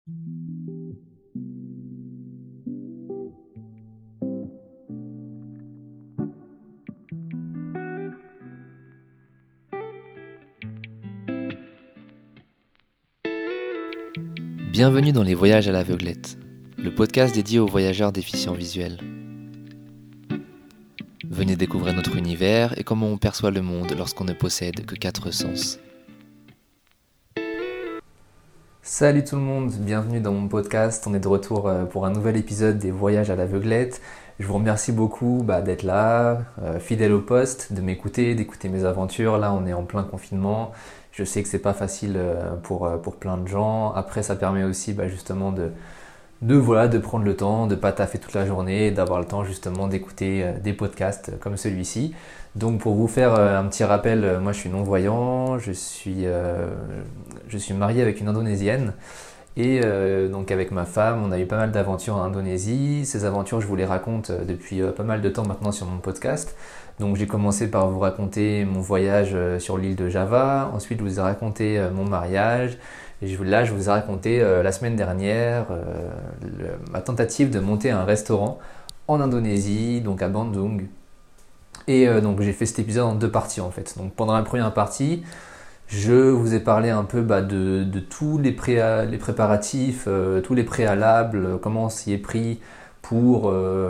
Bienvenue dans les Voyages à l'aveuglette, le podcast dédié aux voyageurs déficients visuels. Venez découvrir notre univers et comment on perçoit le monde lorsqu'on ne possède que 4 sens. Salut tout le monde, bienvenue dans mon podcast. On est de retour pour un nouvel épisode des Voyages à l'aveuglette. Je vous remercie beaucoup d'être là, fidèle au poste, de m'écouter, d'écouter mes aventures. Là, on est en plein confinement. Je sais que c'est pas facile pour plein de gens. Après, ça permet aussi justement de prendre le temps, de pas taffer toute la journée et d'avoir le temps justement d'écouter des podcasts comme celui-ci. Donc pour vous faire un petit rappel, moi je suis non-voyant, je suis marié avec une Indonésienne et donc avec ma femme, on a eu pas mal d'aventures en Indonésie. Ces aventures, je vous les raconte depuis pas mal de temps maintenant sur mon podcast. Donc j'ai commencé par vous raconter mon voyage sur l'île de Java, ensuite je vous ai raconté mon mariage, et là je vous ai raconté la semaine dernière ma tentative de monter un restaurant en Indonésie, donc à Bandung. Et donc j'ai fait cet épisode en 2 parties en fait. Donc pendant la première partie, je vous ai parlé un peu de tous les préparatifs, tous les préalables, comment on s'y est pris pour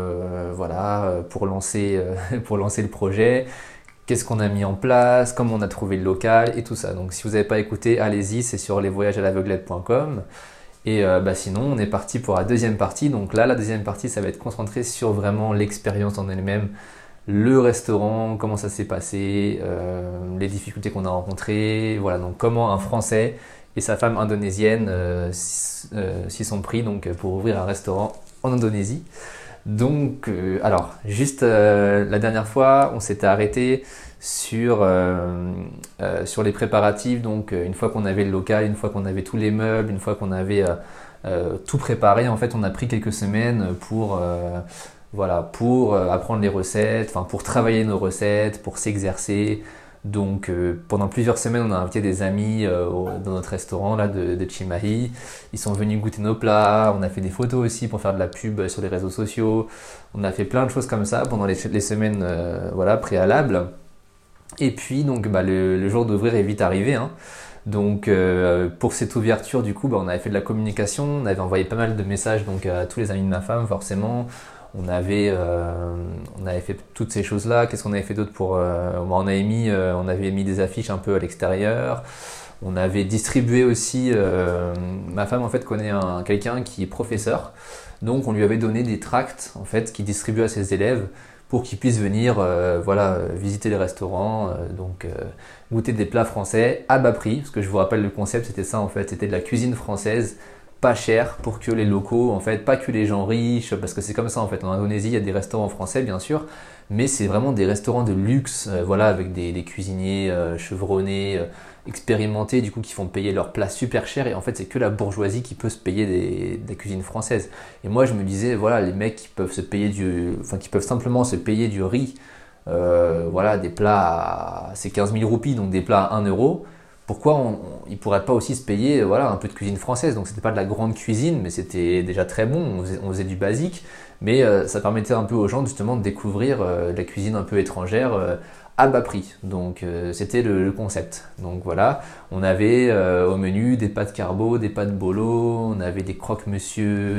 lancer le projet, qu'est-ce qu'on a mis en place, comment on a trouvé le local et tout ça. Donc si vous n'avez pas écouté, allez-y, c'est sur lesvoyagesalaveuglette.com. Et sinon, on est parti pour la deuxième partie. Donc là, la deuxième partie, ça va être concentré sur vraiment l'expérience en elle-même, le restaurant, comment ça s'est passé, les difficultés qu'on a rencontrées, voilà, donc comment un Français et sa femme indonésienne s'y sont pris donc, pour ouvrir un restaurant en Indonésie. Donc, la dernière fois, on s'était arrêté sur les préparatifs. Donc, une fois qu'on avait le local, une fois qu'on avait tous les meubles, une fois qu'on avait tout préparé, en fait, on a pris quelques semaines pour apprendre les recettes, pour travailler nos recettes, pour s'exercer. Donc pendant plusieurs semaines, on a invité des amis dans notre restaurant là, de Chimahi. Ils sont venus goûter nos plats, on a fait des photos aussi pour faire de la pub sur les réseaux sociaux. On a fait plein de choses comme ça pendant les semaines préalables. Et puis donc le jour d'ouvrir est vite arrivé, hein. Donc pour cette ouverture du coup on avait fait de la communication, on avait envoyé pas mal de messages donc, à tous les amis de ma femme forcément. On avait fait toutes ces choses-là. Qu'est-ce qu'on avait fait d'autre on avait mis des affiches un peu à l'extérieur. On avait distribué aussi. Ma femme en fait connaît quelqu'un qui est professeur, donc on lui avait donné des tracts en fait qu'il distribue à ses élèves pour qu'ils puissent venir visiter les restaurants, goûter des plats français à bas prix. Parce que je vous rappelle le concept, c'était ça en fait, c'était de la cuisine française. Pas cher pour que les locaux, en fait, pas que les gens riches, parce que c'est comme ça en fait. En Indonésie, il y a des restaurants français bien sûr, mais c'est vraiment des restaurants de luxe, avec des cuisiniers chevronnés, expérimentés, du coup, qui font payer leurs plats super chers. Et en fait, c'est que la bourgeoisie qui peut se payer des cuisines françaises. Et moi, je me disais, les mecs qui peuvent qui peuvent simplement se payer du riz, des plats, c'est 15 000 roupies, donc des plats à 1 euro. Pourquoi ils ne pourraient pas aussi se payer un peu de cuisine française. Donc c'était pas de la grande cuisine, mais c'était déjà très bon, on faisait du basique, mais ça permettait un peu aux gens justement de découvrir de la cuisine un peu étrangère à bas prix. Donc c'était le concept. Donc voilà, on avait au menu des pâtes carbo, des pâtes bolo, on avait des croque-monsieur,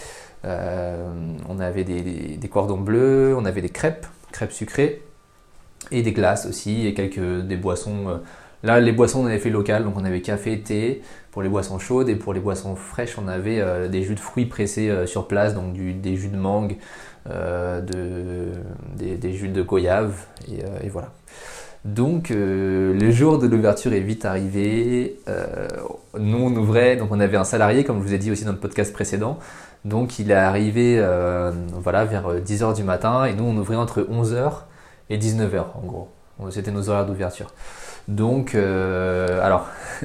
on avait des cordons bleus, on avait des crêpes sucrées, et des glaces aussi, et des boissons. Là, les boissons, on avait fait local, donc on avait café, thé pour les boissons chaudes, et pour les boissons fraîches, on avait des jus de fruits pressés sur place, donc des jus de mangue, des jus de goyave, et voilà. Donc, le jour de l'ouverture est vite arrivé. Nous, on ouvrait, donc on avait un salarié, comme je vous ai dit aussi dans le podcast précédent. Donc, il est arrivé vers 10h du matin, et nous, on ouvrait entre 11h et 19h, en gros. C'était nos horaires d'ouverture. Donc, à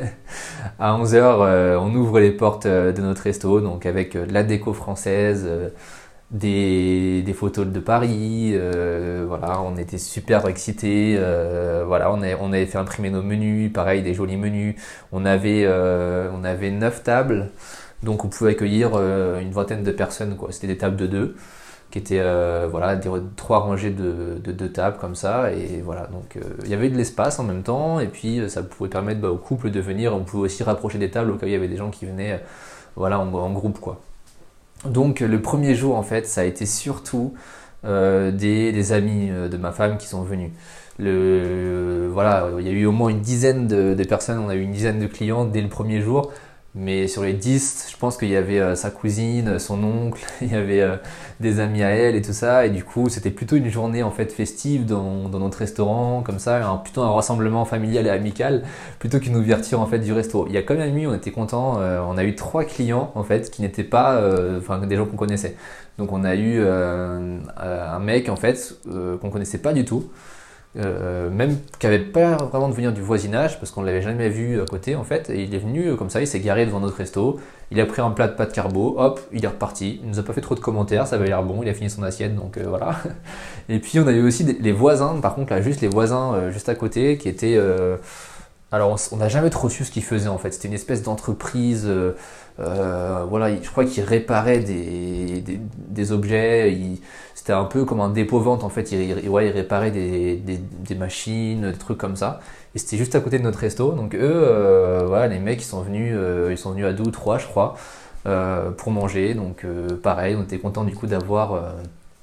11h, on ouvre les portes de notre resto, donc avec de la déco française, des photos de Paris, on était super excités, on avait fait imprimer nos menus, pareil, des jolis menus. On avait 9 tables, Donc on pouvait accueillir une vingtaine de personnes, quoi. C'était des tables de deux qui étaient voilà, trois rangées de deux tables comme ça. Et voilà, donc il y avait de l'espace en même temps. Et puis ça pouvait permettre aux couples de venir. On pouvait aussi rapprocher des tables au cas où il y avait des gens qui venaient voilà, en groupe, quoi. Donc le premier jour, en fait, ça a été surtout des amis de ma femme qui sont venus. Voilà, il y a eu au moins une dizaine de personnes, on a eu une dizaine de clients dès le premier jour. Mais sur les 10, je pense qu'il y avait sa cousine, son oncle, il y avait des amis à elle et tout ça. Et du coup, c'était plutôt une journée en fait festive dans notre restaurant, comme ça, plutôt un rassemblement familial et amical, plutôt qu'une ouverture en fait du resto. Il y a quand même eu, on était contents, on a eu 3 clients en fait qui n'étaient pas, enfin des gens qu'on connaissait. Donc on a eu un mec en fait qu'on connaissait pas du tout. Même qui avait pas vraiment de venir du voisinage parce qu'on l'avait jamais vu à côté en fait, et il est venu comme ça, il s'est garé devant notre resto, il a pris un plat de pâtes carbo, hop, il est reparti, il nous a pas fait trop de commentaires, ça avait l'air bon, il a fini son assiette, donc voilà. Et puis on a eu aussi les voisins, par contre là juste les voisins juste à côté qui étaient alors on n'a jamais trop su ce qu'ils faisaient en fait, c'était une espèce d'entreprise voilà, je crois qu'ils réparaient des objets, c'était un peu comme un dépôt-vente en fait, ouais, ils réparaient des machines, des trucs comme ça. Et c'était juste à côté de notre resto, donc eux, voilà, les mecs ils sont venus à 2 ou 3 je crois, pour manger. Donc pareil, on était content du coup d'avoir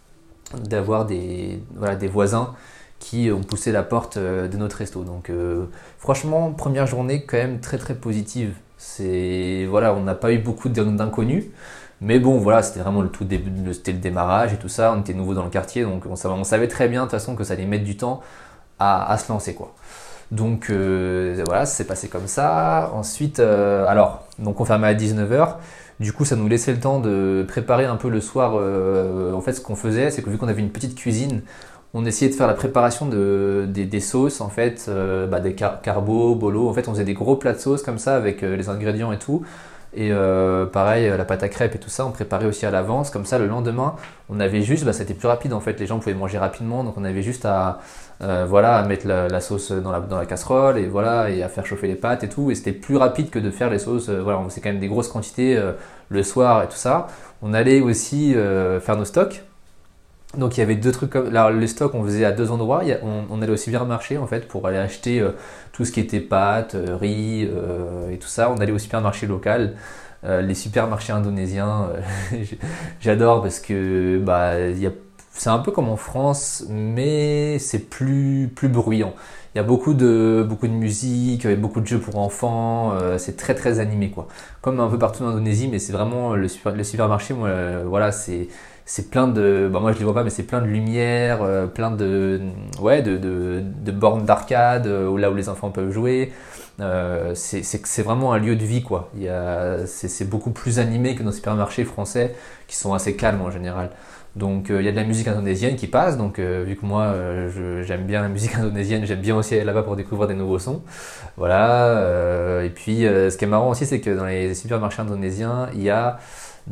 voilà, des voisins qui ont poussé la porte de notre resto. Donc franchement, première journée quand même très très positive. Voilà, on n'a pas eu beaucoup d'inconnus, mais bon voilà, c'était vraiment le tout début, c'était le démarrage et tout ça, on était nouveau dans le quartier, donc on savait très bien de toute façon que ça allait mettre du temps à se lancer, quoi. Donc voilà, ça s'est passé comme ça. Ensuite, alors, donc on fermait à 19h. Du coup, ça nous laissait le temps de préparer un peu le soir. En fait, ce qu'on faisait, c'est que vu qu'on avait une petite cuisine, on essayait de faire la préparation des sauces, en fait, des carbo, bolo. En fait, on faisait des gros plats de sauce comme ça avec les ingrédients et tout. Et pareil, la pâte à crêpes et tout ça, on préparait aussi à l'avance. Comme ça, le lendemain, on avait juste, c'était plus rapide en fait. Les gens pouvaient manger rapidement, donc on avait juste voilà, à mettre la sauce dans la casserole et voilà, et à faire chauffer les pâtes et tout. Et c'était plus rapide que de faire les sauces. Voilà, on faisait quand même des grosses quantités le soir et tout ça. On allait aussi faire nos stocks. Donc il y avait 2 trucs comme là, les stocks on faisait à 2 endroits. On allait au supermarché en fait pour aller acheter tout ce qui était pâtes, riz et tout ça. On allait au supermarché local. Les supermarchés indonésiens, j'adore parce que c'est un peu comme en France, mais c'est plus bruyant. Il y a beaucoup de musique, beaucoup de jeux pour enfants, c'est très très animé, quoi. Comme un peu partout en Indonésie, mais c'est vraiment le supermarché, moi, voilà, c'est plein moi je les vois pas, mais c'est plein de lumière, plein ouais, de bornes d'arcade, là où les enfants peuvent jouer. C'est vraiment un lieu de vie, quoi. C'est beaucoup plus animé que nos supermarchés français qui sont assez calmes en général. Donc il y a de la musique indonésienne qui passe, donc vu que moi j'aime bien la musique indonésienne, j'aime bien aussi aller là-bas pour découvrir des nouveaux sons. Voilà, et puis ce qui est marrant aussi, c'est que dans les supermarchés indonésiens, il y a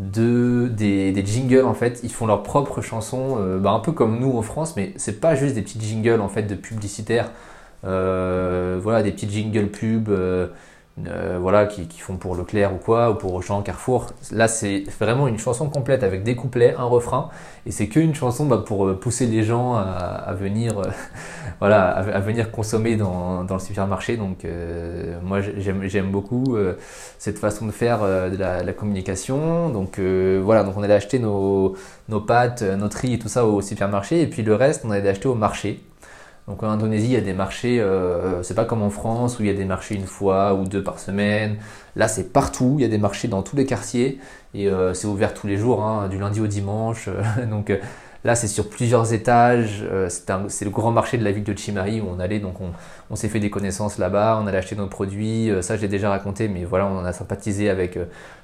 des jingles en fait, ils font leurs propres chansons, un peu comme nous en France, mais c'est pas juste des petits jingles en fait de publicitaires, voilà, des petits jingles pub, voilà, qui font pour Leclerc ou quoi, ou pour Auchan, Carrefour. Là c'est vraiment une chanson complète avec des couplets, un refrain, et c'est qu'une chanson pour pousser les gens à venir voilà, à venir consommer dans le supermarché. Donc moi j'aime beaucoup cette façon de faire de la communication. Donc voilà, donc on allait acheter nos pâtes, notre riz et tout ça au supermarché, et puis le reste on allait acheter au marché. Donc en Indonésie, il y a des marchés, c'est pas comme en France où il y a des marchés une fois ou 2 par semaine. Là, c'est partout, il y a des marchés dans tous les quartiers et c'est ouvert tous les jours, hein, du lundi au dimanche. Donc là, c'est sur plusieurs étages. C'est le grand marché de la ville de Chimahi où on allait, donc on s'est fait des connaissances là-bas, on allait acheter nos produits. Ça, je l'ai déjà raconté, mais voilà, on en a sympathisé avec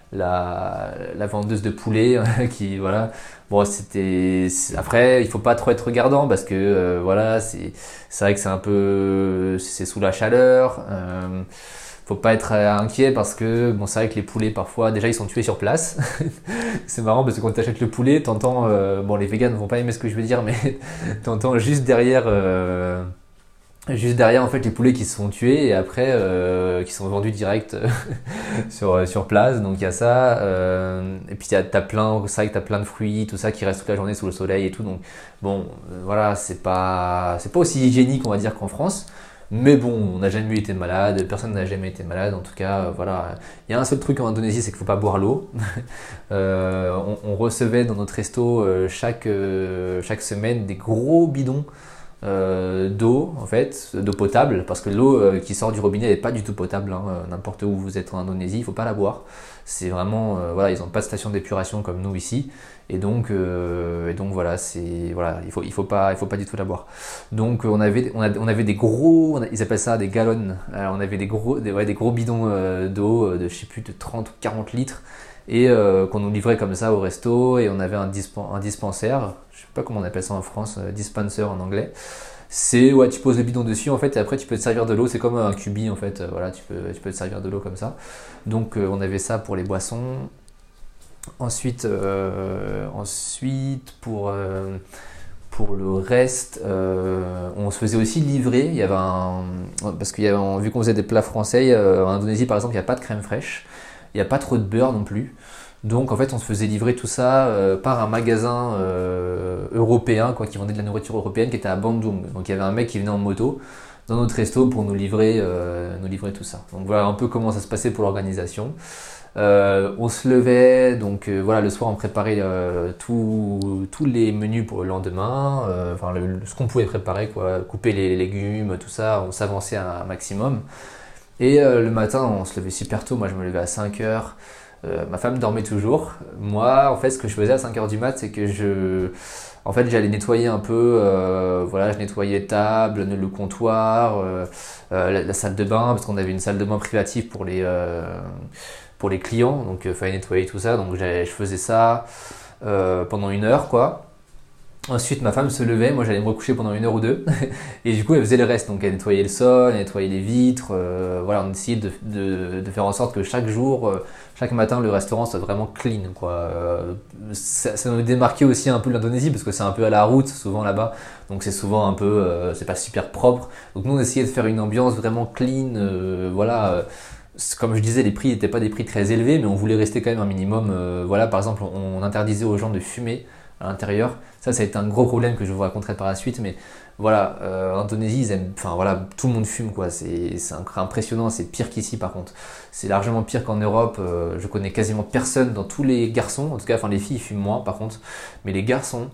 la vendeuse de poulet qui voilà, bon après il faut pas trop être regardant parce que voilà, c'est vrai que c'est un peu, c'est sous la chaleur, faut pas être inquiet parce que bon, c'est vrai que les poulets parfois déjà ils sont tués sur place. C'est marrant parce que quand tu achètes le poulet, t'entends bon, les véganes vont pas aimer ce que je veux dire, mais t'entends juste derrière Juste derrière, en fait, les poulets qui se sont tués et après qui sont vendus direct sur place. Donc il y a ça. Et puis t'as plein, c'est vrai que t'as plein de fruits, tout ça qui reste toute la journée sous le soleil et tout. Donc bon, voilà, c'est pas aussi hygiénique, on va dire, qu'en France. Mais bon, on n'a jamais été malade, personne n'a jamais été malade. En tout cas, voilà. Il y a un seul truc en Indonésie, c'est qu'il faut pas boire l'eau. On recevait dans notre resto chaque semaine des gros bidons d'eau en fait, d'eau potable, parce que l'eau qui sort du robinet n'est pas du tout potable, hein, n'importe où vous êtes en Indonésie, il faut pas la boire. C'est vraiment, voilà, ils n'ont pas de station d'épuration comme nous ici, et donc voilà, voilà, il faut pas du tout la boire. Donc on avait des gros, ils appellent ça des gallons. On avait des gros bidons d'eau de je sais plus de 30 ou 40 litres et qu'on nous livrait comme ça au resto, et on avait un dispensaire, je sais pas comment on appelle ça en France, dispenser en anglais. C'est, ouais, tu poses le bidon dessus en fait et après tu peux te servir de l'eau, c'est comme un cubi en fait, voilà, tu peux te servir de l'eau comme ça. Donc on avait ça pour les boissons. Ensuite pour le reste, on se faisait aussi livrer. Il y avait parce vu qu'on faisait des plats français, en Indonésie par exemple, il n'y a pas de crème fraîche, il n'y a pas trop de beurre non plus. Donc en fait, on se faisait livrer tout ça par un magasin européen, quoi, qui vendait de la nourriture européenne, qui était à Bandung. Donc il y avait un mec qui venait en moto dans notre resto pour nous livrer tout ça. Donc voilà un peu comment ça se passait pour l'organisation. On se levait, donc voilà, le soir on préparait tous les menus pour le lendemain, enfin ce qu'on pouvait préparer, quoi, couper les légumes, tout ça, on s'avançait un maximum. Et le matin on se levait super tôt, moi je me levais à 5 heures. Ma femme dormait toujours. Moi, en fait, ce que je faisais à 5 heures du mat, c'est que en fait, j'allais nettoyer un peu, voilà, je nettoyais les tables, le comptoir, la salle de bain, parce qu'on avait une salle de bain privative pour les clients, donc il fallait nettoyer tout ça, donc je faisais ça pendant 1 heure, quoi. Ensuite, ma femme se levait, moi j'allais me recoucher pendant 1 heure ou deux, et du coup elle faisait le reste, donc elle nettoyait le sol, elle nettoyait les vitres, voilà, on essayait de faire en sorte que chaque jour, chaque matin, le restaurant soit vraiment clean, quoi. Ça nous démarquait aussi un peu de l'Indonésie, parce que c'est un peu à la route, souvent là-bas, donc c'est souvent un peu, c'est pas super propre, donc nous on essayait de faire une ambiance vraiment clean, voilà. Comme je disais, les prix n'étaient pas des prix très élevés, mais on voulait rester quand même un minimum, voilà, par exemple, on interdisait aux gens de fumer à l'intérieur. Ça a été un gros problème que je vous raconterai par la suite, mais voilà, en Indonésie, ils aiment, enfin voilà, tout le monde fume, quoi. C'est impressionnant, c'est pire qu'ici par contre. C'est largement pire qu'en Europe. Je connais quasiment personne dans tous les garçons, en tout cas, enfin les filles fument moins par contre, mais les garçons,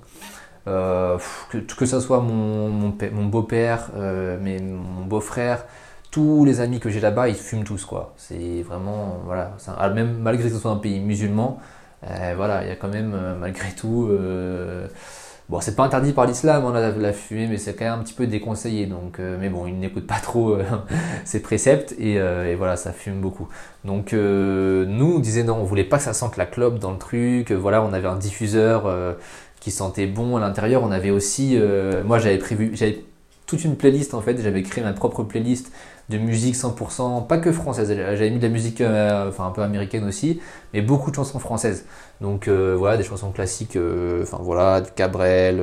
que ça soit mon beau-père, mon beau-frère, tous les amis que j'ai là-bas, ils fument tous, quoi. C'est vraiment, voilà, même malgré que ce soit un pays musulman. Voilà, il y a quand même, malgré tout, bon, c'est pas interdit par l'islam, hein, la fumée, mais c'est quand même un petit peu déconseillé. Donc, mais bon, ils n'écoutent pas trop ces préceptes et voilà, ça fume beaucoup. Donc, nous, on disait non, on voulait pas que ça sente la clope dans le truc. Voilà, on avait un diffuseur qui sentait bon à l'intérieur. On avait aussi, moi, j'avais toute une playlist en fait. J'avais créé ma propre playlist de musique 100%, pas que française, j'avais mis de la musique enfin un peu américaine aussi, mais beaucoup de chansons françaises. Donc voilà, des chansons classiques, enfin voilà, du Cabrel,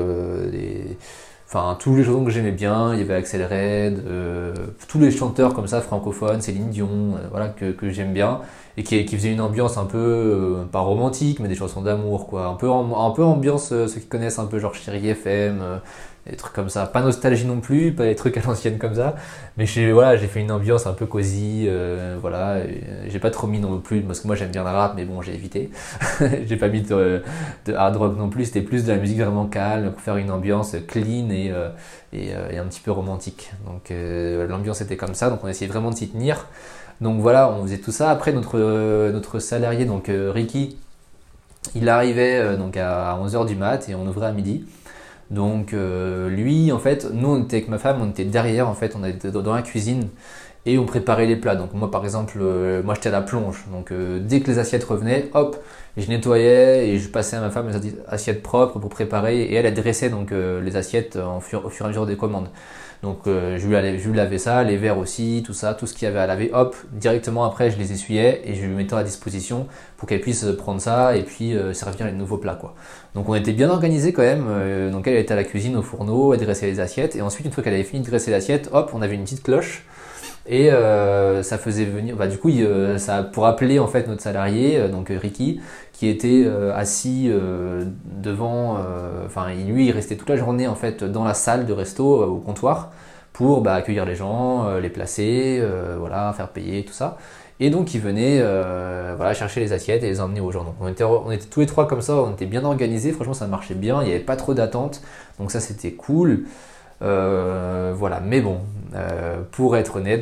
enfin tous les chansons que j'aimais bien, il y avait Axel Red, tous les chanteurs comme ça francophones, Céline Dion, voilà, que j'aime bien, et qui faisaient une ambiance un peu, pas romantique, mais des chansons d'amour, quoi, un peu ambiance, ceux qui connaissent un peu genre Chérie FM, des trucs comme ça, pas nostalgie non plus, pas des trucs à l'ancienne comme ça, mais voilà, j'ai fait une ambiance un peu cosy, voilà, j'ai pas trop mis non plus, parce que moi j'aime bien le rap, mais bon, j'ai évité, j'ai pas mis de hard rock non plus, c'était plus de la musique vraiment calme, pour faire une ambiance clean et un petit peu romantique, donc l'ambiance était comme ça, donc on essayait vraiment de s'y tenir, donc voilà, on faisait tout ça. Après notre salarié, donc Ricky, il arrivait donc à 11 heures du mat et on ouvrait à midi. Donc lui, en fait, nous on était avec ma femme, on était derrière, en fait, on était dans la cuisine et on préparait les plats. Donc moi par exemple, moi j'étais à la plonge, donc dès que les assiettes revenaient, hop, je nettoyais et je passais à ma femme les assiettes propres pour préparer, et elle dressait donc les assiettes au fur et à mesure des commandes. Donc je lui lavais ça, les verres aussi, tout ça, tout ce qu'il y avait à laver, hop, directement après je les essuyais et je lui mettais à disposition pour qu'elle puisse prendre ça et puis servir les nouveaux plats quoi. Donc on était bien organisé quand même, donc elle était à la cuisine, au fourneau, elle dressait les assiettes et ensuite une fois qu'elle avait fini de dresser l'assiette, hop, on avait une petite cloche. Et ça faisait venir, du coup, ça pour appeler en fait notre salarié, donc Ricky, qui était assis devant, lui, il restait toute la journée en fait dans la salle de resto au comptoir pour accueillir les gens, les placer, voilà, faire payer tout ça. Et donc il venait chercher les assiettes et les emmener aux gens. Donc on était tous les trois comme ça, on était bien organisés, franchement ça marchait bien, il n'y avait pas trop d'attente, donc ça c'était cool. Voilà, mais bon, pour être honnête,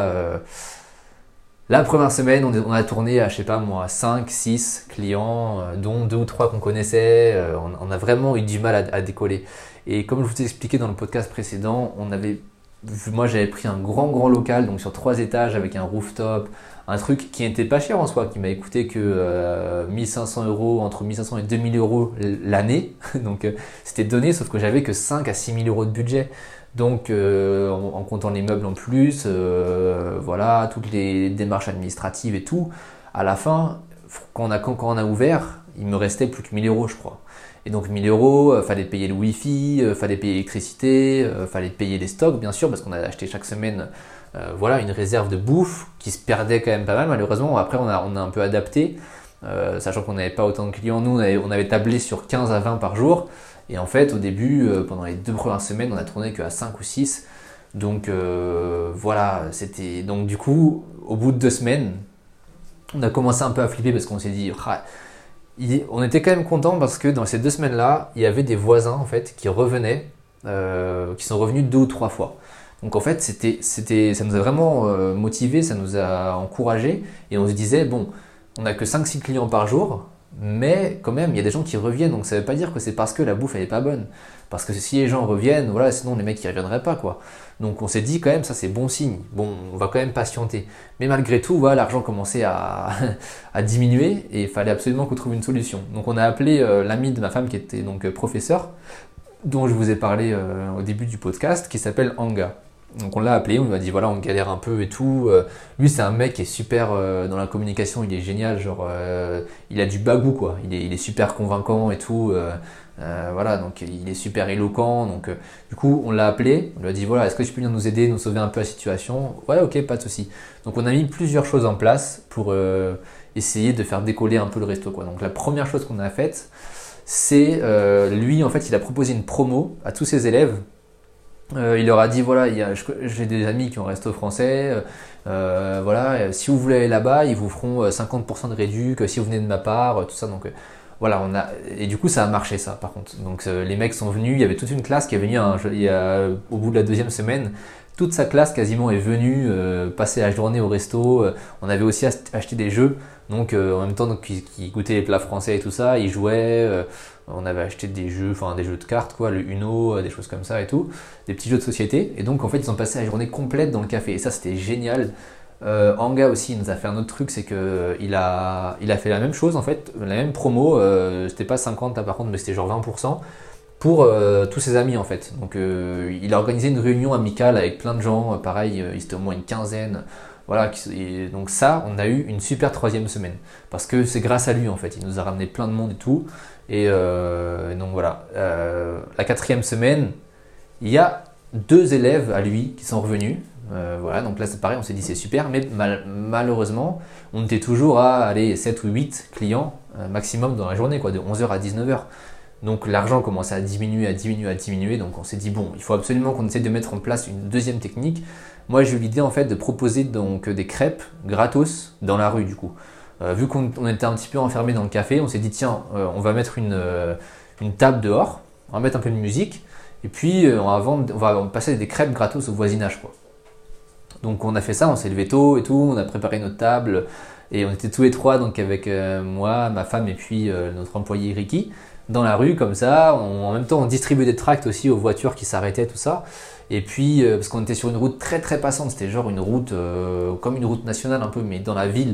la première semaine, on a tourné à, je sais pas moi, 5, 6 clients, dont 2 ou 3 qu'on connaissait. On a vraiment eu du mal à décoller. Et comme je vous ai expliqué dans le podcast précédent, moi j'avais pris un grand local, donc sur 3 étages avec un rooftop, un truc qui n'était pas cher en soi, qui m'a coûté que 1500 €, entre 1500 et 2000 € l'année. Donc c'était donné, sauf que j'avais que 5 à 6000 € de budget. Donc en comptant les meubles en plus, voilà, toutes les démarches administratives et tout, à la fin, quand on a ouvert, il me restait plus que 1000 € je crois. Et donc 1000 €, fallait payer le wifi, fallait payer l'électricité, fallait payer les stocks bien sûr, parce qu'on a acheté chaque semaine une réserve de bouffe qui se perdait quand même pas mal malheureusement. Après on a un peu adapté, sachant qu'on n'avait pas autant de clients, nous on avait tablé sur 15 à 20 par jour. Et en fait, au début, pendant les 2 premières semaines, on a tourné qu'à 5 ou 6. Donc voilà, c'était. Donc du coup, au bout de 2 semaines, on a commencé un peu à flipper parce qu'on s'est dit. On était quand même content parce que dans ces 2 semaines-là, il y avait des voisins en fait qui revenaient, qui sont revenus 2 ou 3 fois. Donc en fait, ça nous a vraiment motivés, ça nous a encouragés. Et on se disait, bon, on n'a que 5-6 clients par jour. Mais quand même, il y a des gens qui reviennent, donc ça veut pas dire que c'est parce que la bouffe elle est pas bonne. Parce que si les gens reviennent, voilà, sinon les mecs ils reviendraient pas quoi. Donc on s'est dit quand même, ça c'est bon signe. Bon, on va quand même patienter. Mais malgré tout, voilà, l'argent commençait à diminuer et il fallait absolument qu'on trouve une solution. Donc on a appelé l'ami de ma femme qui était donc professeur, dont je vous ai parlé au début du podcast, qui s'appelle Anga. Donc on l'a appelé, on lui a dit voilà on galère un peu et tout. Lui c'est un mec qui est super dans la communication, il est génial, genre il a du bagou quoi, il est super convaincant et tout. Voilà, donc il est super éloquent. Donc du coup on l'a appelé, on lui a dit voilà est-ce que tu peux venir nous aider, nous sauver un peu la situation. Ouais ok pas de souci. Donc on a mis plusieurs choses en place pour essayer de faire décoller un peu le resto quoi. Donc la première chose qu'on a faite, c'est lui en fait il a proposé une promo à tous ses élèves. Il leur a dit voilà, j'ai des amis qui ont un resto français, voilà, si vous voulez aller là-bas, ils vous feront 50% de réduc, si vous venez de ma part, tout ça. Donc voilà, et du coup ça a marché ça par contre. Donc les mecs sont venus, il y avait toute une classe qui est venue au bout de la 2e semaine. Toute sa classe quasiment est venue passer la journée au resto. On avait aussi acheté des jeux, donc en même temps qui goûtaient les plats français et tout ça, ils jouaient. On avait acheté des jeux, des jeux de cartes quoi, le Uno, des choses comme ça et tout, des petits jeux de société. Et donc en fait ils ont passé la journée complète dans le café. Et ça c'était génial. Anga aussi il nous a fait un autre truc, c'est que il a fait la même chose en fait, la même promo. C'était pas 50 là par contre, mais c'était genre 20%. Pour tous ses amis en fait. Donc il a organisé une réunion amicale avec plein de gens, pareil, il était au moins une quinzaine. Voilà, donc ça, on a eu une super 3e semaine. Parce que c'est grâce à lui en fait, il nous a ramené plein de monde et tout. Et donc voilà, la 4e semaine, il y a 2 élèves à lui qui sont revenus. Voilà, donc là c'est pareil, on s'est dit c'est super, mais malheureusement, on était toujours à 7 ou 8 clients maximum dans la journée, quoi, de 11h à 19h. Donc l'argent commençait à diminuer, donc on s'est dit bon, il faut absolument qu'on essaie de mettre en place une 2e technique. Moi j'ai eu l'idée en fait de proposer donc des crêpes gratos dans la rue du coup. Vu qu'on était un petit peu enfermé dans le café, on s'est dit tiens, on va mettre une table dehors, on va mettre un peu de musique, et puis on va passer des crêpes gratos au voisinage quoi. Donc on a fait ça, on s'est levé tôt et tout, on a préparé notre table, et on était tous les 3 donc avec moi, ma femme et puis notre employé Ricky, dans la rue comme ça. En même temps on distribuait des tracts aussi aux voitures qui s'arrêtaient, tout ça. Et puis parce qu'on était sur une route très très passante, c'était genre une route comme une route nationale un peu, mais dans la ville.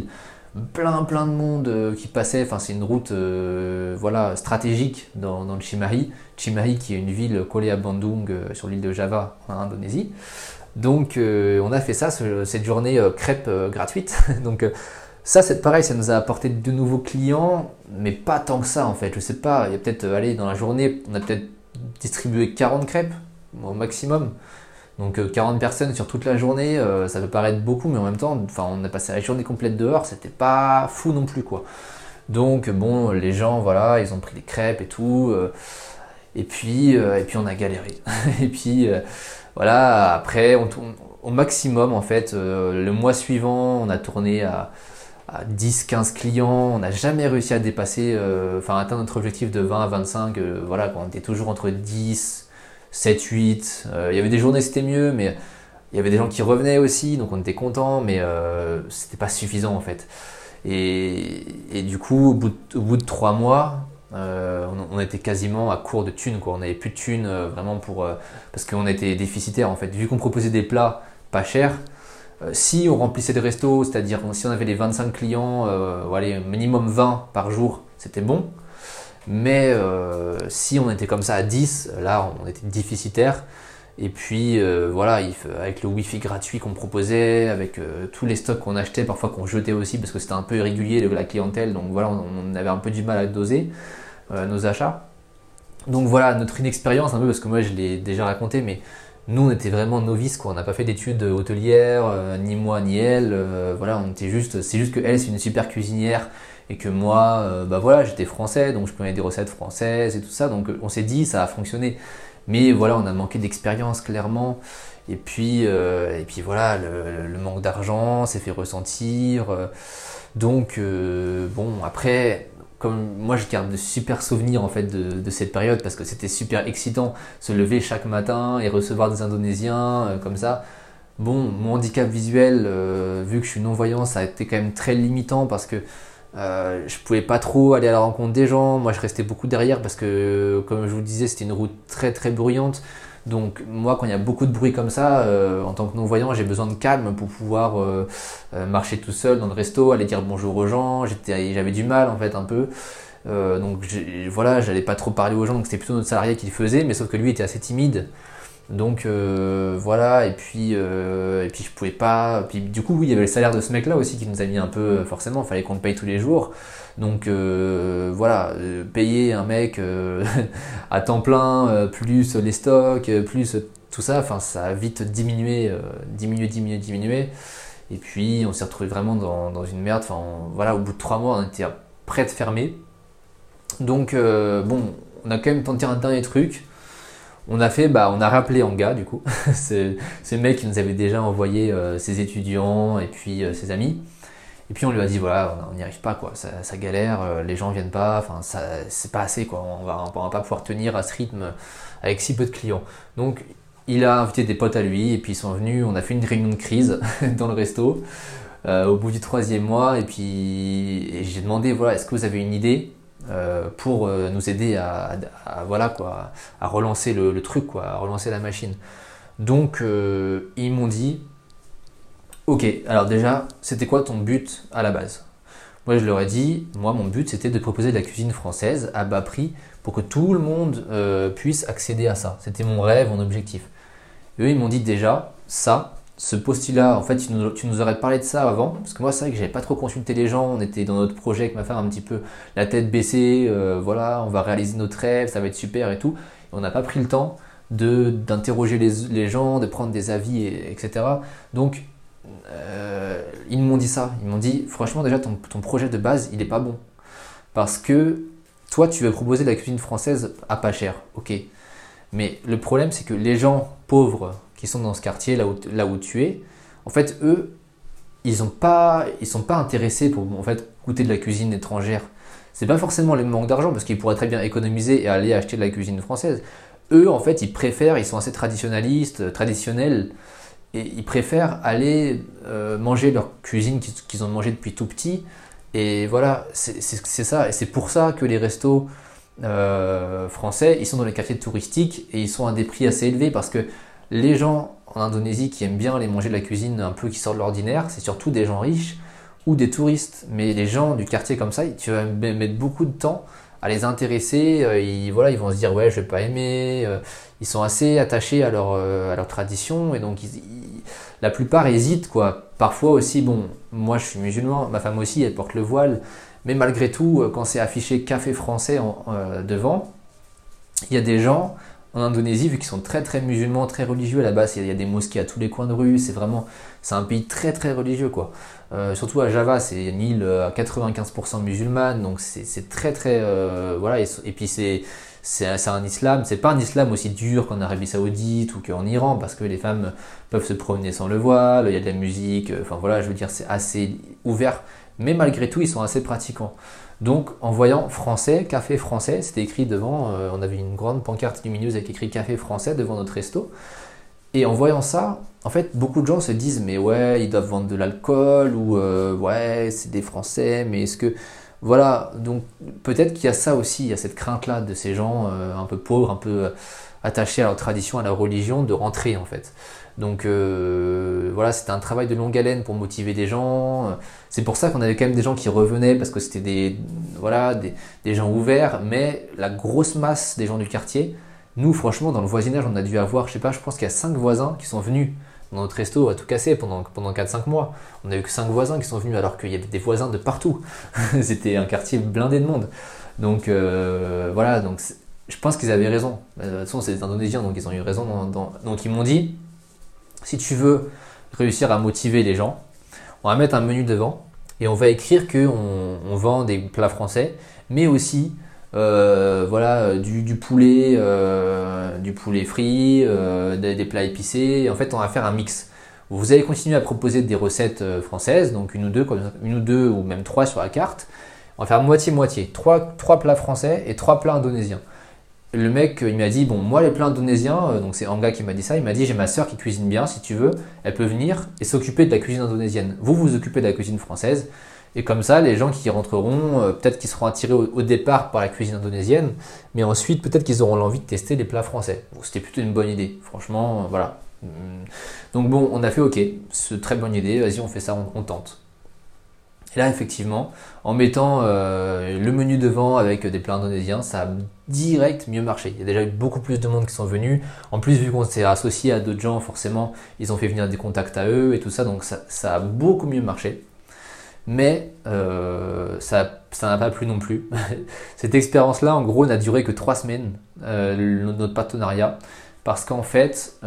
plein de monde qui passait. Enfin, c'est une route voilà, stratégique dans le Chimahi. Chimahi qui est une ville collée à Bandung sur l'île de Java en Indonésie. Donc on a fait ça, cette journée crêpes gratuite. Donc ça c'est pareil, ça nous a apporté de nouveaux clients, mais pas tant que ça en fait. Je sais pas, il y a peut-être, allez, dans la journée, on a peut-être distribué 40 crêpes au maximum. Donc 40 personnes sur toute la journée, ça peut paraître beaucoup, mais en même temps, enfin, on a passé la journée complète dehors, c'était pas fou non plus quoi. Donc bon, les gens, voilà, ils ont pris des crêpes et tout, et puis on a galéré. Et puis voilà, après, on tourne au maximum en fait. Le mois suivant, on a tourné à 10-15 clients, on n'a jamais réussi à dépasser, enfin atteindre notre objectif de 20 à 25, voilà, on était toujours entre 10, 7, 8, il y avait des journées c'était mieux, mais il y avait des gens qui revenaient aussi, donc on était contents, mais c'était pas suffisant en fait. Et du coup, au bout de 3 mois, on était quasiment à court de thunes, quoi. On n'avait plus de thunes vraiment parce qu'on était déficitaire en fait. Vu qu'on proposait des plats pas chers, si on remplissait le resto, c'est-à-dire si on avait les 25 clients, voilà, minimum 20 par jour, c'était bon. Mais si on était comme ça à 10, là on était déficitaire. Et puis voilà, avec le wifi gratuit qu'on proposait, avec tous les stocks qu'on achetait, parfois qu'on jetait aussi parce que c'était un peu irrégulier la clientèle, donc voilà, on avait un peu du mal à doser nos achats. Donc voilà, notre inexpérience un peu, parce que moi je l'ai déjà raconté, mais nous on était vraiment novices quoi, on n'a pas fait d'études hôtelières, ni moi ni elle, voilà, c'est juste que elle c'est une super cuisinière et que moi, bah voilà, j'étais français, donc je connais des recettes françaises et tout ça, donc on s'est dit ça a fonctionné. Mais voilà, on a manqué d'expérience clairement. Et puis voilà, le manque d'argent s'est fait ressentir. Donc bon, après, comme moi je garde de super souvenirs en fait de cette période parce que c'était super excitant, se lever chaque matin et recevoir des Indonésiens comme ça. Bon, mon handicap visuel, vu que je suis non-voyant, ça a été quand même très limitant parce que je pouvais pas trop aller à la rencontre des gens. Moi, je restais beaucoup derrière parce que, comme je vous le disais, c'était une route très très bruyante. Donc moi, quand il y a beaucoup de bruit comme ça, en tant que non-voyant, j'ai besoin de calme pour pouvoir marcher tout seul dans le resto, aller dire bonjour aux gens. J'avais du mal en fait un peu. Donc voilà, j'allais pas trop parler aux gens. Donc c'était plutôt notre salarié qui le faisait, mais sauf que lui était assez timide. Donc voilà, et puis je pouvais pas. Puis du coup, oui, il y avait le salaire de ce mec-là aussi qui nous a mis un peu. Forcément, il fallait qu'on le paye tous les jours. Donc voilà, payer un mec à temps plein, plus les stocks, plus tout ça, enfin ça a vite diminué. Et puis on s'est retrouvé vraiment dans une merde. Enfin voilà, au bout de 3 mois, on était prêt de fermer. Donc bon, on a quand même tenté un dernier truc. On a rappelé Anga du coup, ce mec qui nous avait déjà envoyé ses étudiants et puis ses amis. Et puis on lui a dit voilà, on n'y arrive pas quoi, ça galère, les gens viennent pas, enfin c'est pas assez quoi, on va pas pouvoir tenir à ce rythme avec si peu de clients. Donc il a invité des potes à lui et puis ils sont venus, on a fait une réunion de crise dans le resto au bout du 3e mois et j'ai demandé voilà, est-ce que vous avez une idée pour nous aider voilà quoi, à relancer le truc quoi, à relancer la machine. Donc ils m'ont dit ok, alors déjà c'était quoi ton but à la base? Moi je leur ai dit, moi mon but c'était de proposer de la cuisine française à bas prix pour que tout le monde puisse accéder à ça. C'était mon rêve, mon objectif. Et eux ils m'ont dit déjà ça, ce postulat, en fait tu nous aurais parlé de ça avant, parce que moi c'est vrai que j'avais pas trop consulté les gens, on était dans notre projet avec ma femme un petit peu la tête baissée, voilà, on va réaliser notre rêve, ça va être super et tout. Et on n'a pas pris le temps d'interroger les gens, de prendre des avis, etc. Donc ils m'ont dit ça, ils m'ont dit franchement déjà ton projet de base il est pas bon. Parce que toi tu veux proposer de la cuisine française à pas cher, ok. Mais le problème c'est que les gens pauvres qui sont dans ce quartier là où tu es, en fait eux ils sont pas intéressés pour en fait goûter de la cuisine étrangère. C'est pas forcément le manque d'argent parce qu'ils pourraient très bien économiser et aller acheter de la cuisine française. Eux en fait ils sont assez traditionnels. Et ils préfèrent aller manger leur cuisine qu'ils ont mangé depuis tout petit. Et voilà, c'est ça. Et c'est pour ça que les restos français, ils sont dans les quartiers touristiques et ils sont à des prix assez élevés parce que les gens en Indonésie qui aiment bien aller manger de la cuisine un peu qui sort de l'ordinaire, c'est surtout des gens riches ou des touristes. Mais les gens du quartier comme ça, tu vas mettre beaucoup de temps à les intéresser. Voilà, ils vont se dire ouais, je vais pas aimer. Ils sont assez attachés à leur tradition et donc la plupart hésitent quoi. Parfois aussi, bon, moi je suis musulman, ma femme aussi, elle porte le voile. Mais malgré tout, quand c'est affiché café français devant, il y a des gens en Indonésie, vu qu'ils sont très très musulmans, très religieux à la base, il y a des mosquées à tous les coins de rue, c'est un pays très très religieux quoi. Surtout à Java, c'est une île à 95% musulmane, donc c'est très très voilà. Et puis c'est un islam, c'est pas un islam aussi dur qu'en Arabie Saoudite ou qu'en Iran, parce que les femmes peuvent se promener sans le voile, il y a de la musique, enfin voilà, je veux dire c'est assez ouvert, mais malgré tout ils sont assez pratiquants. Donc en voyant français, café français, c'était écrit devant, on avait une grande pancarte lumineuse avec écrit café français devant notre resto. Et en voyant ça, en fait, beaucoup de gens se disent mais ouais, ils doivent vendre de l'alcool ou ouais, c'est des Français, mais est-ce que voilà, donc peut-être qu'il y a ça aussi, il y a cette crainte-là de ces gens un peu pauvres, un peu attachés à leur tradition, à leur religion, de rentrer en fait. Donc voilà, c'était un travail de longue haleine pour motiver les gens. C'est pour ça qu'on avait quand même des gens qui revenaient parce que c'était voilà, des gens ouverts, mais la grosse masse des gens du quartier, nous franchement dans le voisinage on a dû avoir, je sais pas, je pense qu'il y a 5 voisins qui sont venus dans notre resto à tout casser pendant 4-5 mois. On a eu que 5 voisins qui sont venus alors qu'il y avait des voisins de partout. C'était un quartier blindé de monde. Donc voilà, donc je pense qu'ils avaient raison. De toute façon c'est des Indonésiens donc ils ont eu raison. Donc ils m'ont dit, si tu veux réussir à motiver les gens, on va mettre un menu devant et on va écrire qu'on vend des plats français, mais aussi voilà, du poulet frit, des plats épicés. Et en fait, on va faire un mix. Vous allez continuer à proposer des recettes françaises, donc une ou deux ou même 3 sur la carte. On va faire moitié-moitié, 3 plats français et 3 plats indonésiens. Le mec, il m'a dit, bon, moi les plats indonésiens, donc c'est Angga qui m'a dit ça, il m'a dit, j'ai ma soeur qui cuisine bien, si tu veux, elle peut venir et s'occuper de la cuisine indonésienne. Vous vous occupez de la cuisine française. Et comme ça, les gens qui rentreront, peut-être qu'ils seront attirés au départ par la cuisine indonésienne, mais ensuite, peut-être qu'ils auront l'envie de tester les plats français. Bon, c'était plutôt une bonne idée, franchement, voilà. Donc bon, on a fait ok, c'est très bonne idée, vas-y, on fait ça, on tente. Et là, effectivement, en mettant le menu devant avec des plats indonésiens, ça a direct mieux marché. Il y a déjà eu beaucoup plus de monde qui sont venus. En plus, vu qu'on s'est associé à d'autres gens, forcément, ils ont fait venir des contacts à eux et tout ça, donc ça a beaucoup mieux marché. Mais ça n'a pas plu non plus. Cette expérience-là, en gros, n'a duré que 3 semaines, notre partenariat, parce qu'en fait,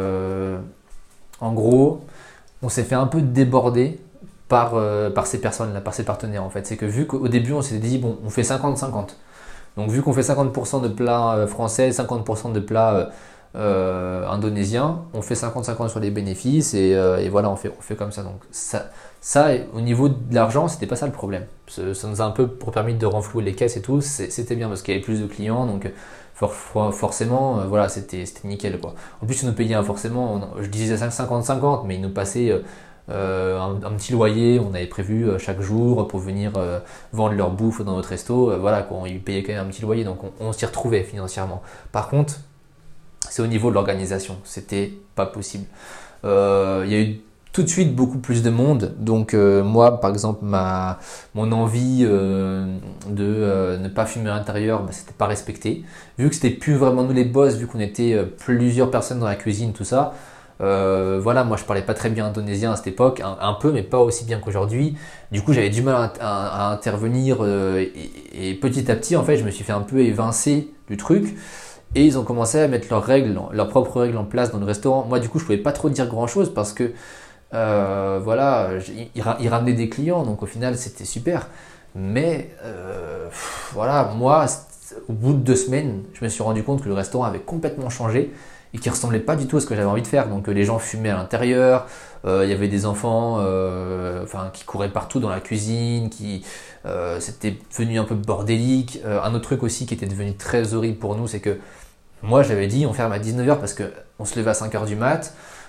en gros, on s'est fait un peu déborder par ces personnes-là, par ces partenaires en fait. C'est que vu qu'au début, on s'est dit, bon, on fait 50-50. Donc vu qu'on fait 50% de plats français, 50% de plats indonésiens, on fait 50-50 sur les bénéfices et voilà, on fait comme ça. Donc ça, au niveau de l'argent, c'était pas ça le problème. Ça nous a un peu permis de renflouer les caisses et tout. C'était bien parce qu'il y avait plus de clients, donc forcément, voilà, c'était nickel quoi. En plus, ils nous payaient forcément, je disais 50-50, mais ils nous passaient un petit loyer. On avait prévu chaque jour pour venir vendre leur bouffe dans notre resto. Voilà, quoi, ils payaient quand même un petit loyer, donc on s'y retrouvait financièrement. Par contre, c'est au niveau de l'organisation, c'était pas possible. Il y a eu tout de suite beaucoup plus de monde, donc moi par exemple mon envie de ne pas fumer à l'intérieur, c'était pas respecté. Vu que c'était plus vraiment nous les boss, vu qu'on était plusieurs personnes dans la cuisine, tout ça, voilà, moi je parlais pas très bien indonésien à cette époque, un peu mais pas aussi bien qu'aujourd'hui. Du coup j'avais du mal à intervenir et petit à petit en fait je me suis fait un peu évincer du truc. Et ils ont commencé à mettre leurs propres règles en place dans le restaurant. Moi, du coup, je pouvais pas trop dire grand-chose parce que, voilà, ils ramenaient des clients, donc au final, c'était super. Mais, voilà, moi, au bout de 2 semaines, je me suis rendu compte que le restaurant avait complètement changé et qu'il ressemblait pas du tout à ce que j'avais envie de faire. Donc, les gens fumaient à l'intérieur, il y avait des enfants, qui couraient partout dans la cuisine, c'était devenu un peu bordélique. Un autre truc aussi qui était devenu très horrible pour nous, c'est que moi j'avais dit on ferme à 19h parce qu'on se levait à 5h du mat,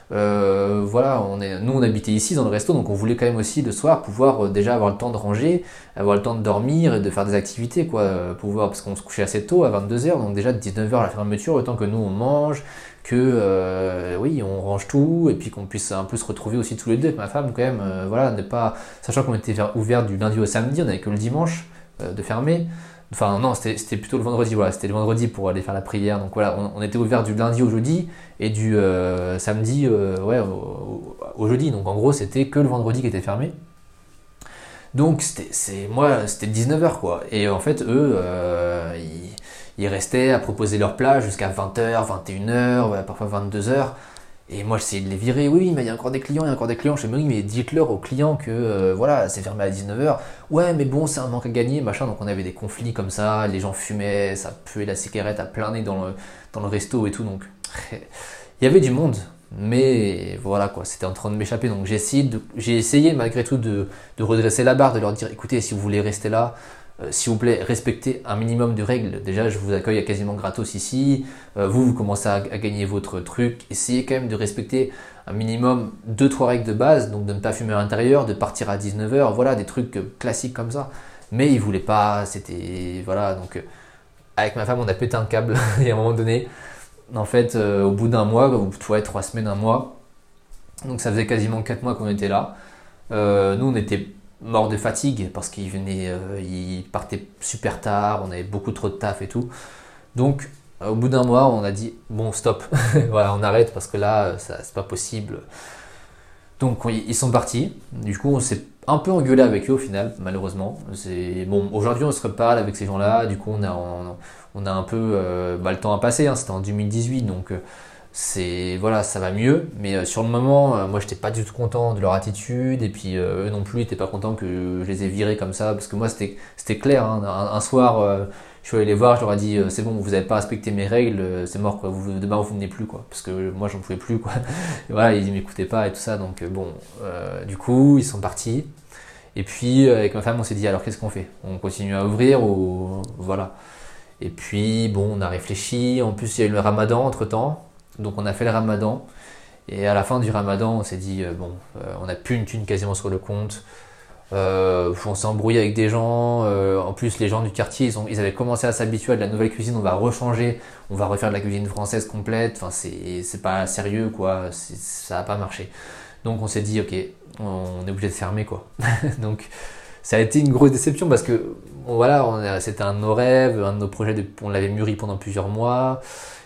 Voilà, nous on habitait ici dans le resto, donc on voulait quand même aussi le soir pouvoir déjà avoir le temps de ranger, avoir le temps de dormir et de faire des activités, quoi, pouvoir, parce qu'on se couchait assez tôt, à 22 h, donc déjà de 19 h à la fermeture, le temps que nous on mange, que oui, on range tout, et puis qu'on puisse un peu se retrouver aussi tous les deux avec ma femme quand même, voilà, ne pas, sachant qu'on était ouvert du lundi au samedi, on n'avait que le dimanche de fermer. Enfin non, c'était plutôt le vendredi, voilà, c'était le vendredi pour aller faire la prière. Donc voilà, on était ouvert du lundi au jeudi et du samedi ouais, au jeudi. Donc en gros, c'était que le vendredi qui était fermé. Donc c'était 19 h quoi. Et en fait, eux, ils restaient à proposer leur plat jusqu'à 20 h, 21 h, ouais, parfois 22 h. Et moi j'essayais de les virer, oui, mais il y a encore des clients, il y a encore des clients. Je me dis, mais dites-leur aux clients que voilà, c'est fermé à 19 h. Ouais, mais bon, c'est un manque à gagner, machin. Donc on avait des conflits comme ça, les gens fumaient, ça puait la cigarette à plein nez dans le resto et tout. Donc il y avait du monde, mais voilà quoi, c'était en train de m'échapper. Donc j'ai essayé malgré tout de redresser la barre, de leur dire, écoutez, si vous voulez rester là, s'il vous plaît, respectez un minimum de règles. Déjà, je vous accueille à quasiment gratos ici. Vous commencez à gagner votre truc. Essayez quand même de respecter un minimum 2-3 règles de base. Donc de ne pas fumer à l'intérieur, de partir à 19 h. Voilà, des trucs classiques comme ça. Mais ils voulaient pas. C'était. Voilà. Donc avec ma femme, on a pété un câble. Et à un moment donné, en fait, au bout d'un mois, ouais, 3 semaines, un mois. Donc ça faisait quasiment 4 mois qu'on était là. Nous, on était mort de fatigue parce qu'il partait super tard, on avait beaucoup trop de taf et tout. Donc au bout d'un mois, on a dit bon stop, voilà, on arrête parce que là, c'est pas possible. Donc ils sont partis. Du coup, on s'est un peu engueulé avec eux au final, malheureusement. Bon, aujourd'hui, on se reparle avec ces gens-là. Du coup, on a un peu le temps à passer. Hein, c'était en 2018, donc voilà, ça va mieux, mais sur le moment, moi j'étais pas du tout content de leur attitude, et puis eux non plus étaient pas contents que je les ai virés comme ça, parce que moi c'était clair, hein, un soir je suis allé les voir, je leur ai dit c'est bon, vous avez pas respecté mes règles, c'est mort quoi, demain vous venez plus quoi, parce que moi j'en pouvais plus quoi. Et voilà, ils m'écoutaient pas et tout ça, donc bon, du coup ils sont partis, et puis avec ma femme on s'est dit alors qu'est-ce qu'on fait, on continue à ouvrir ou voilà. Et puis bon, on a réfléchi, en plus il y a eu le ramadan entre temps. Donc on a fait le ramadan, et à la fin du ramadan on s'est dit on n'a plus une thune quasiment sur le compte, on s'est embrouillé avec des gens, en plus les gens du quartier ils avaient commencé à s'habituer à de la nouvelle cuisine, on va rechanger, on va refaire de la cuisine française complète, enfin c'est pas sérieux quoi, ça n'a pas marché. Donc on s'est dit ok, on est obligé de fermer quoi. Donc ça a été une grosse déception parce que voilà, c'était un de nos rêves, un de nos projets, on l'avait mûri pendant plusieurs mois.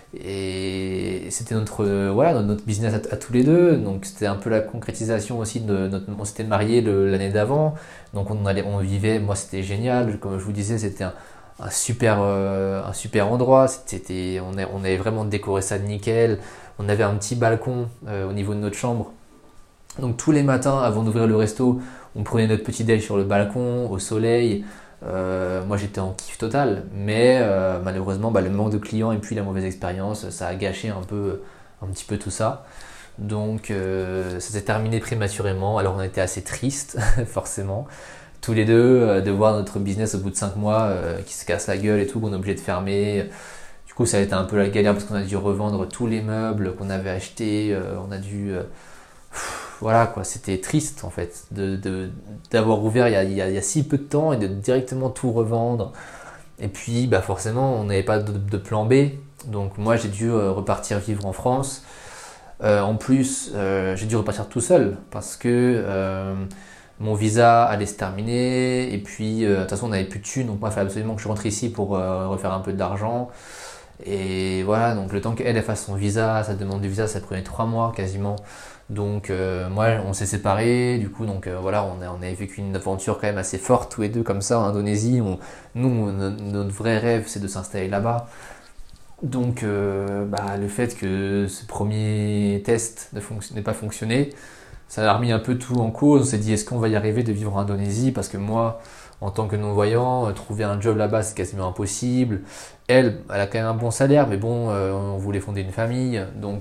Et c'était notre business à tous les deux, donc c'était un peu la concrétisation aussi on s'était mariés l'année d'avant, donc on vivait, moi c'était génial, comme je vous disais, c'était un super endroit, on avait vraiment décoré ça de nickel, on avait un petit balcon au niveau de notre chambre, donc tous les matins avant d'ouvrir le resto, on prenait notre petit déj sur le balcon, au soleil. Moi j'étais en kiff total, mais malheureusement le manque de clients et puis la mauvaise expérience, ça a gâché un petit peu tout ça. Donc ça s'est terminé prématurément, alors on était assez tristes forcément, tous les deux, de voir notre business au bout de 5 mois qui se casse la gueule et tout, qu'on est obligé de fermer. Du coup ça a été un peu la galère parce qu'on a dû revendre tous les meubles qu'on avait achetés, on a dû... voilà quoi, c'était triste en fait d'avoir ouvert il y a si peu de temps et de directement tout revendre. Et puis forcément on n'avait pas de plan B, donc moi j'ai dû repartir vivre en France. En plus j'ai dû repartir tout seul parce que mon visa allait se terminer, et puis de toute façon on n'avait plus de thunes, donc moi il fallait absolument que je rentre ici pour refaire un peu d'argent. Et voilà, donc le temps qu'elle fasse son visa, sa demande de visa, ça prenait 3 mois quasiment. Donc moi on s'est séparés, du coup donc voilà, on a vécu une aventure quand même assez forte tous les deux comme ça en Indonésie. Notre vrai rêve c'est de s'installer là-bas. Donc le fait que ce premier test n'ait pas fonctionné, ça a remis un peu tout en cause. On s'est dit est-ce qu'on va y arriver de vivre en Indonésie, parce que moi en tant que non-voyant, trouver un job là-bas c'est quasiment impossible. Elle a quand même un bon salaire, mais bon on voulait fonder une famille, donc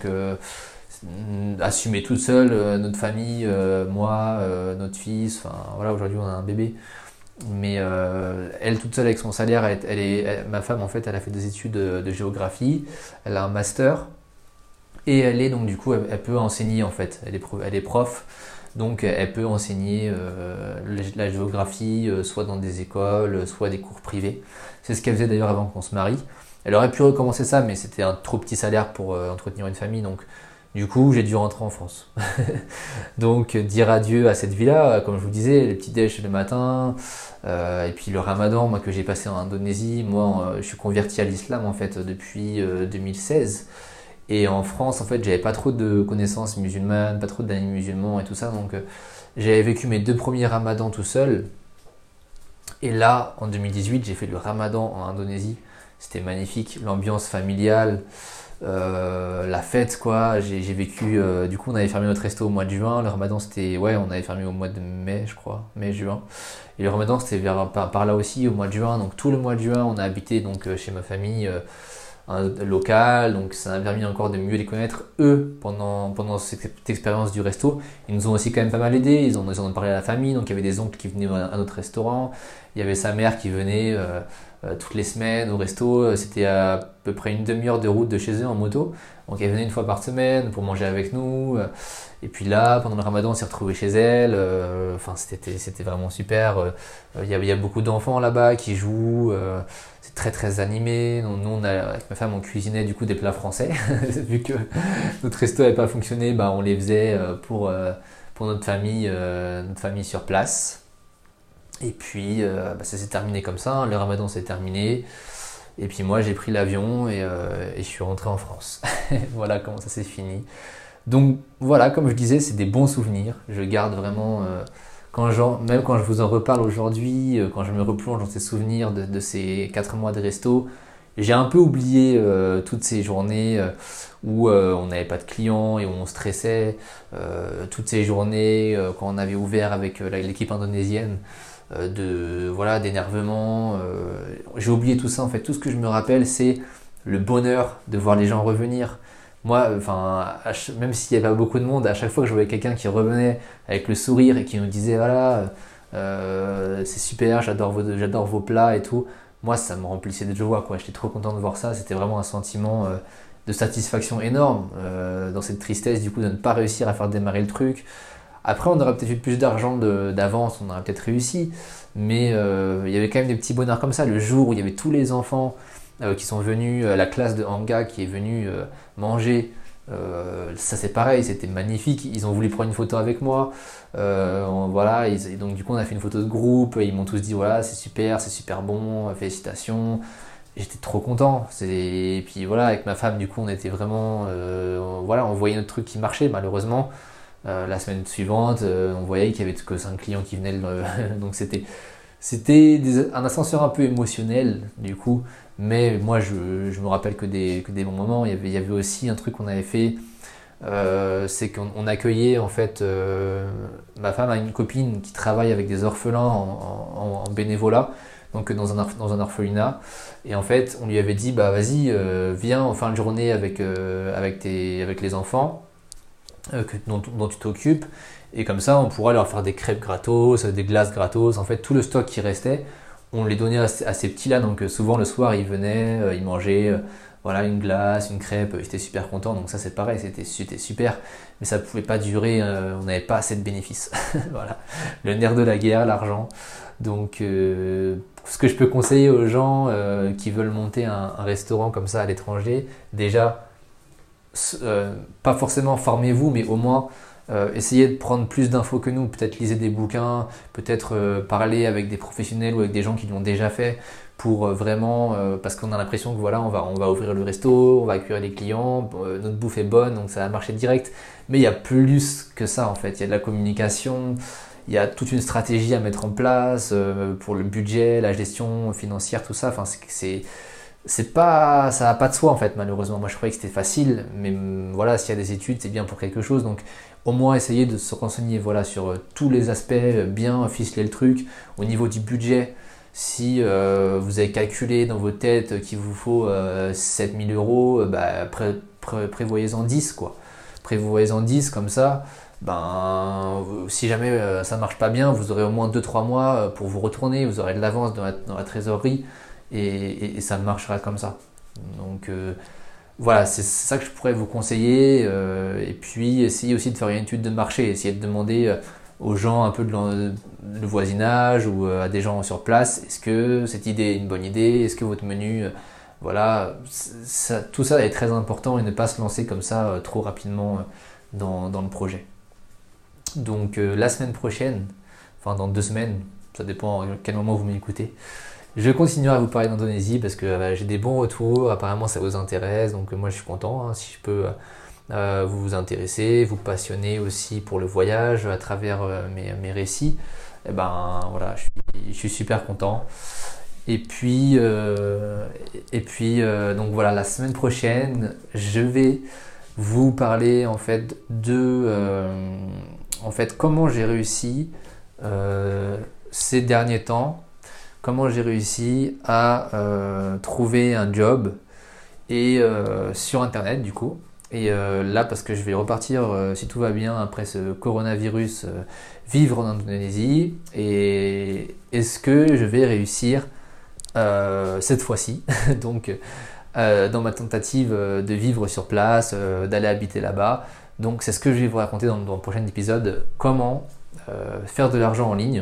assumer toute seule notre famille, moi, notre fils, enfin voilà, aujourd'hui on a un bébé, mais elle toute seule avec son salaire, ma femme en fait elle a fait des études de géographie, elle a un master, et elle est donc du coup elle peut enseigner en fait, elle est prof, donc elle peut enseigner la géographie soit dans des écoles, soit des cours privés. C'est ce qu'elle faisait d'ailleurs avant qu'on se marie. Elle aurait pu recommencer ça, mais c'était un trop petit salaire pour entretenir une famille, donc du coup j'ai dû rentrer en France. Donc dire adieu à cette vie-là, comme je vous disais, les petits déj le matin, et puis le ramadan moi, que j'ai passé en Indonésie. Moi je suis converti à l'islam en fait depuis 2016. Et en France, en fait, j'avais pas trop de connaissances musulmanes, pas trop d'amis musulmans et tout ça. Donc, j'avais vécu mes 2 premiers ramadans tout seul. Et là, en 2018, j'ai fait le ramadan en Indonésie. C'était magnifique, l'ambiance familiale, la fête, quoi. J'ai vécu. Du coup, on avait fermé notre resto au mois de juin. Le ramadan, c'était. Ouais, on avait fermé au mois de mai, je crois. Mai-juin. Et le ramadan, c'était par là aussi, au mois de juin. Donc, tout le mois de juin, on a habité donc, chez ma famille. Local, donc ça m'a permis encore de mieux les connaître eux pendant cette expérience du resto. Ils nous ont aussi quand même pas mal aidés, ils en ont parlé à la famille, donc il y avait des oncles qui venaient à notre restaurant, il y avait sa mère qui venait toutes les semaines au resto. C'était à peu près une demi-heure de route de chez eux en moto, donc elle venait une fois par semaine pour manger avec nous. Et puis là, pendant le ramadan, on s'est retrouvés chez elle. Enfin, c'était vraiment super. Il y a beaucoup d'enfants là-bas qui jouent. C'est très très animé. Nous, avec ma femme, on cuisinait du coup des plats français. Vu que notre resto n'avait pas fonctionné, bah, on les faisait pour notre famille sur place. Et puis, bah, ça s'est terminé comme ça. Le ramadan s'est terminé. Et puis moi, j'ai pris l'avion et je suis rentré en France. Voilà comment ça s'est fini. Donc voilà, comme je disais, c'est des bons souvenirs. Je garde vraiment, même quand je vous en reparle aujourd'hui, quand je me replonge dans ces souvenirs de ces 4 mois de resto, j'ai un peu oublié toutes ces journées où on n'avait pas de clients et où on stressait, toutes ces journées quand on avait ouvert avec l'équipe indonésienne, voilà, d'énervement. J'ai oublié tout ça en fait. Tout ce que je me rappelle, c'est le bonheur de voir les gens revenir. Moi, enfin, même s'il n'y avait pas beaucoup de monde, à chaque fois que je voyais quelqu'un qui revenait avec le sourire et qui nous disait voilà, c'est super, j'adore vos plats et tout, moi ça me remplissait de joie, quoi. J'étais trop content de voir ça. C'était vraiment un sentiment de satisfaction énorme dans cette tristesse du coup de ne pas réussir à faire démarrer le truc. Après, on aurait peut-être eu plus d'argent d'avance, on aurait peut-être réussi, mais il y avait quand même des petits bonheurs comme ça. Le jour où il y avait tous les enfants qui sont venus, la classe de Hanga qui est venue manger, ça c'est pareil, c'était magnifique. Ils ont voulu prendre une photo avec moi, voilà, donc du coup on a fait une photo de groupe, ils m'ont tous dit voilà c'est super bon, félicitations. J'étais trop content. Et puis voilà, avec ma femme du coup on était vraiment, voilà, on voyait notre truc qui marchait. Malheureusement, la semaine suivante, on voyait qu'il y avait que 5 clients qui venaient, donc c'était un ascenseur un peu émotionnel du coup. Mais moi je me rappelle que des bons moments. Il y avait aussi un truc qu'on avait fait, c'est qu'on accueillait en fait, ma femme a une copine qui travaille avec des orphelins en bénévolat, donc dans un orphelinat. Et en fait on lui avait dit bah vas-y, viens en fin de journée avec les enfants dont tu t'occupes, et comme ça on pourra leur faire des crêpes gratos, des glaces gratos. En fait tout le stock qui restait, on les donnait à ces petits-là. Donc souvent le soir ils venaient, ils mangeaient voilà, une glace, une crêpe, ils étaient super contents. Donc ça c'est pareil, c'était super, mais ça pouvait pas durer, on n'avait pas assez de bénéfices. Voilà, le nerf de la guerre, l'argent. Donc ce que je peux conseiller aux gens qui veulent monter un restaurant comme ça à l'étranger, déjà pas forcément formez-vous, mais au moins essayez de prendre plus d'infos que nous. Peut-être lisez des bouquins, peut-être parler avec des professionnels ou avec des gens qui l'ont déjà fait, pour vraiment, parce qu'on a l'impression que voilà, on va ouvrir le resto, on va accueillir les clients, notre bouffe est bonne, donc ça va marcher direct. Mais il y a plus que ça en fait. Il y a de la communication, il y a toute une stratégie à mettre en place pour le budget, la gestion financière, tout ça. Enfin, c'est pas, ça va pas de soi en fait, malheureusement. Moi je croyais que c'était facile, mais voilà, s'il y a des études, c'est bien pour quelque chose. Donc au moins essayer de se renseigner voilà, sur tous les aspects, bien ficeler le truc. Au niveau du budget, si vous avez calculé dans vos têtes qu'il vous faut 7000 euros, bah, prévoyez-en 10 quoi. Prévoyez-en 10 comme ça. Ben, si jamais ça marche pas bien, vous aurez au moins 2-3 mois pour vous retourner, vous aurez de l'avance dans la trésorerie, et ça marchera comme ça. Donc Voilà, c'est ça que je pourrais vous conseiller. Et puis, essayez aussi de faire une étude de marché. Essayez de demander aux gens un peu le voisinage ou à des gens sur place, est-ce que cette idée est une bonne idée? Est-ce que votre menu, voilà, tout ça est très important et ne pas se lancer comme ça trop rapidement dans le projet. Donc la semaine prochaine, enfin dans 2 semaines, ça dépend à quel moment vous m'écoutez, je continuerai à vous parler d'Indonésie parce que j'ai des bons retours, apparemment ça vous intéresse, donc moi je suis content si je peux vous intéresser, vous passionner aussi pour le voyage à travers mes récits. Et ben voilà, je suis super content. Donc voilà, la semaine prochaine, je vais vous parler en fait comment j'ai réussi ces derniers temps, comment j'ai réussi à trouver un job et sur internet du coup. Et là, parce que je vais repartir, si tout va bien, après ce coronavirus, vivre en Indonésie. Et est-ce que je vais réussir cette fois-ci donc dans ma tentative de vivre sur place, d'aller habiter là-bas. Donc c'est ce que je vais vous raconter dans le prochain épisode, comment faire de l'argent en ligne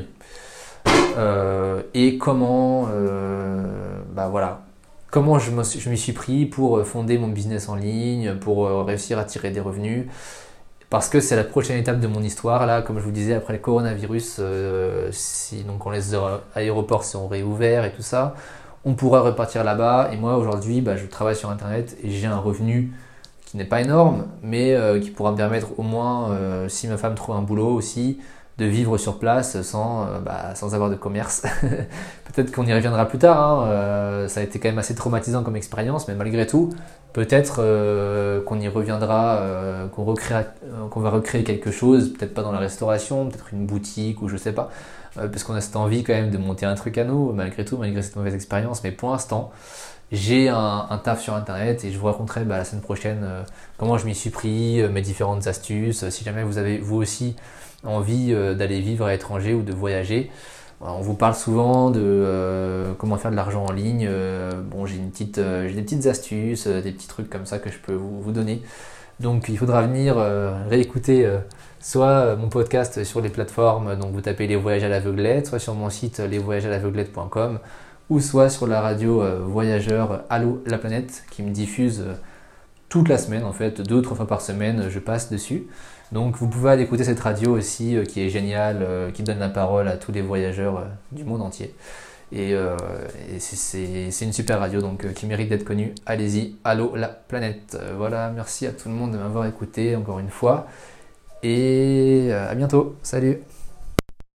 et comment voilà, comment je m'y suis pris pour fonder mon business en ligne, pour réussir à tirer des revenus. Parce que c'est la prochaine étape de mon histoire. Là, comme je vous disais, après le coronavirus, quand les aéroports seront réouverts et tout ça, on pourra repartir là-bas. Et moi, aujourd'hui, je travaille sur Internet et j'ai un revenu qui n'est pas énorme, mais qui pourra me permettre au moins, si ma femme trouve un boulot aussi, de vivre sur place sans avoir de commerce. Peut-être qu'on y reviendra plus tard, ça a été quand même assez traumatisant comme expérience, mais malgré tout, peut-être qu'on y reviendra, qu'on va recréer quelque chose, peut-être pas dans la restauration, peut-être une boutique ou je sais pas, parce qu'on a cette envie quand même de monter un truc à nous, malgré tout, malgré cette mauvaise expérience, mais pour l'instant, j'ai un taf sur internet et je vous raconterai la semaine prochaine comment je m'y suis pris, mes différentes astuces, si jamais vous avez vous aussi envie d'aller vivre à l'étranger ou de voyager. On vous parle souvent de comment faire de l'argent en ligne. J'ai des petites astuces, des petits trucs comme ça que je peux vous donner. Donc il faudra venir réécouter soit mon podcast sur les plateformes, donc vous tapez Les Voyages à l'aveuglette, soit sur mon site lesvoyagesalaveuglette.com ou soit sur la radio voyageur Allô la planète qui me diffuse toute la semaine en fait, 2 ou 3 fois par semaine je passe dessus. Donc vous pouvez aller écouter cette radio aussi qui est géniale, qui donne la parole à tous les voyageurs du monde entier. Et c'est une super radio donc qui mérite d'être connue. Allez-y, Allô la planète. Voilà, merci à tout le monde de m'avoir écouté encore une fois. Et à bientôt. Salut!